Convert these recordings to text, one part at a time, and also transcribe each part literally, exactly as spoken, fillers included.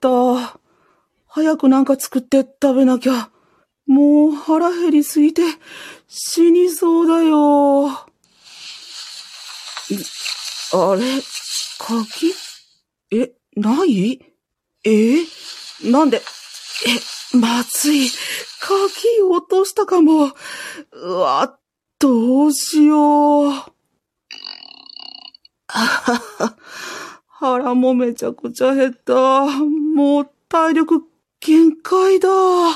た。早くなんか作って食べなきゃ。もう腹減りすぎて死にそうだよ。あれ、鍵？え、ない？えなんで？え、まずい。鍵落としたかも。うわ、どうしよう。あはは。腹もめちゃくちゃ減った。もう体力限界だ。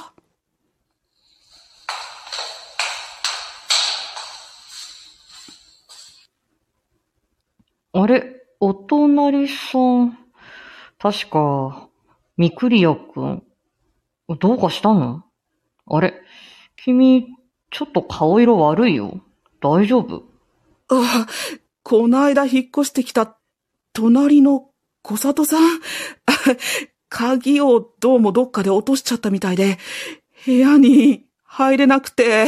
あれ、お隣さん。確か、ミクリアくん。どうかしたの？あれ、君、ちょっと顔色悪いよ。大丈夫？ あ、この間引っ越してきた隣の小里さん。鍵をどうもどっかで落としちゃったみたいで、部屋に入れなくて。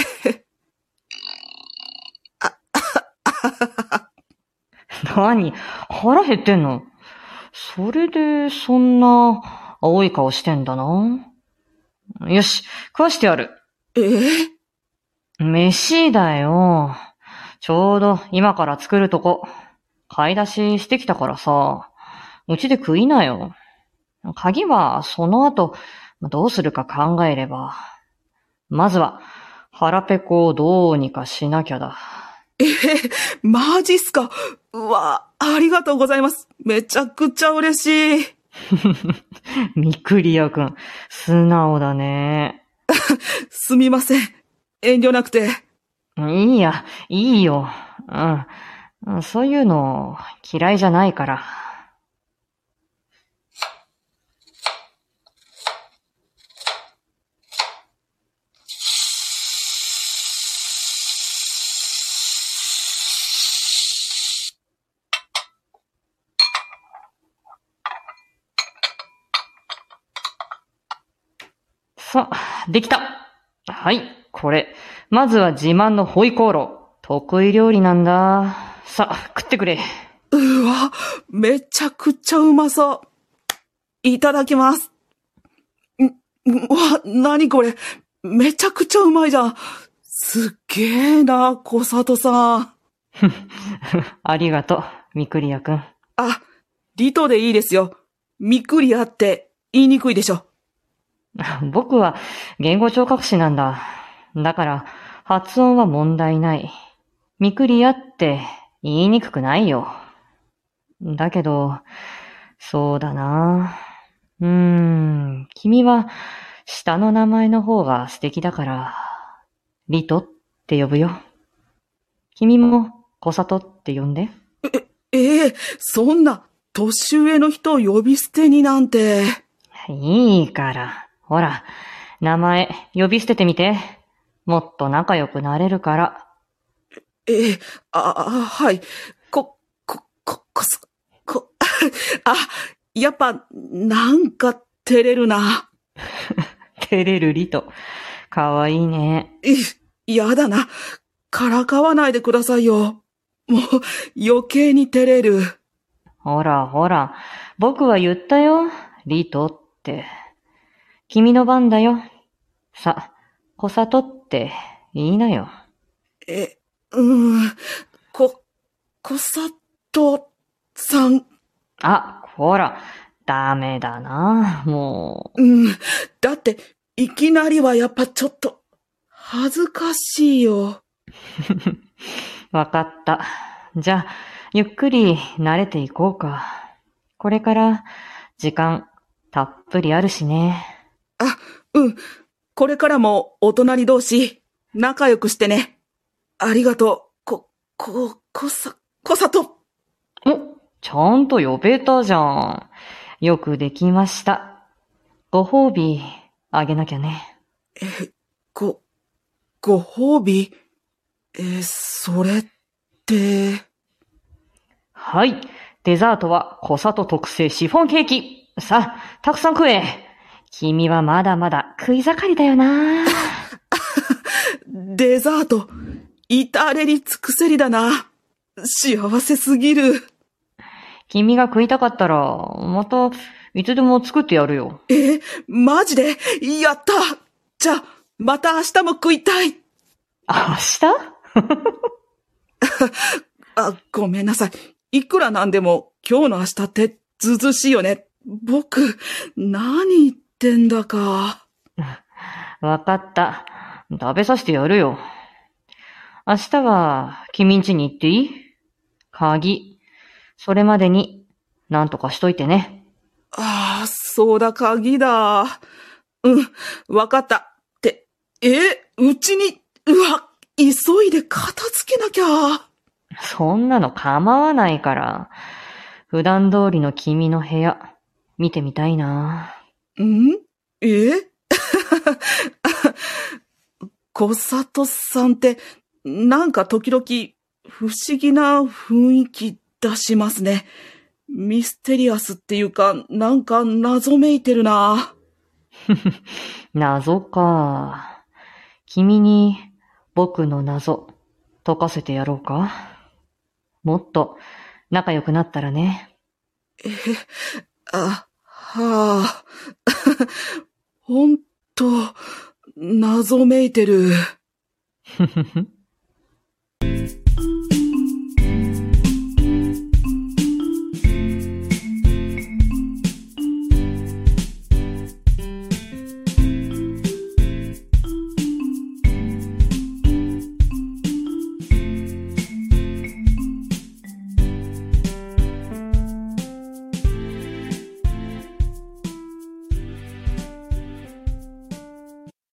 何？腹減ってんの？それで、そんな、青い顔してんだな。よし、食わしてやる。 え？ 飯だよ。ちょうど今から作るとこ。買い出ししてきたからさ。うちで食いなよ。鍵はその後、どうするか考えれば。まずは、腹ペコをどうにかしなきゃだ。 え、マジっすか？うわ、ありがとうございます。めちゃくちゃ嬉しい。 ミクリアくん、素直だね。 すみません。遠慮なくて。 いいや、いいよ。うん。そういうの嫌いじゃないから。さあ、できた。はい、これ。まずは自慢のホイコーロー。得意料理なんだ。さあ、食ってくれ。 うわ、めちゃくちゃうまそう。いただきます。ん、うわ、なにこれ。めちゃくちゃうまいじゃん。すっげーな、小里さん。 ありがとう、ミクリアくん。 あ、リトでいいですよ。ミクリアって言いにくいでしょ。 僕は言語聴覚士なんだ。だから発音は問題ない。ミクリアって言いにくくないよ。だけど、そうだな。うーん、君は下の名前の方が素敵だから、リトって呼ぶよ。君も小里って呼んで。 え、ええ、そんな年上の人を呼び捨てになんて。 いいから。ほら、名前呼び捨ててみて。もっと仲良くなれるから。 ええ、あ、あ、はい。こ、こ、こ、こそ、こ、あ、やっぱ、なんか照れるな。 照れるリト。かわいいね。 い、やだな。からかわないでくださいよ。もう、余計に照れる。 ほらほら、僕は言ったよ。リトって。君の番だよ。さ、小里って言いなよ。 え、うーん、こ、こさとさん。 あ、ほら、ダメだな、もう。うん、だって、いきなりはやっぱちょっと、恥ずかしいよ。 う。わかった。じゃあ、ゆっくり慣れていこうか。これから、時間、たっぷりあるしね。 あ、うん。これからもお隣同士、仲良くしてね。ありがとう。こ、こ、こさ、こさと。 お、ちゃんと呼べたじゃん。よくできました。ご褒美、あげなきゃね。 え、ご、ご褒美？え、それって。 はい。デザートは小里特製シフォンケーキ。さあ、たくさん食え。君はまだまだ食い盛りだよな。 デザート、至れり尽くせりだな。幸せすぎる。 君が食いたかったら、またいつでも作ってやるよ。 え、マジでやった。じゃあ、また明日も食いたい。 明日あ、ごめんなさい。いくらなんでも今日の明日ってずうずうしいよね。僕、何言ってんだか。 わかった。食べさせてやるよ。明日は君ん家に行っていい？鍵。それまでになんとかしといてね。 ああ、そうだ、鍵だ。うん、わかった。って、え、うちに、うわ、急いで片付けなきゃ。 そんなの構わないから。普段通りの君の部屋、見てみたいな。 ん？え小里さんって、なんか時々不思議な雰囲気出しますね。ミステリアスっていうか、なんか謎めいてるな。 謎か。君に僕の謎解かせてやろうか。もっと仲良くなったらね。 え、あ、はあ。ほんと、謎めいてる。 ふふふ。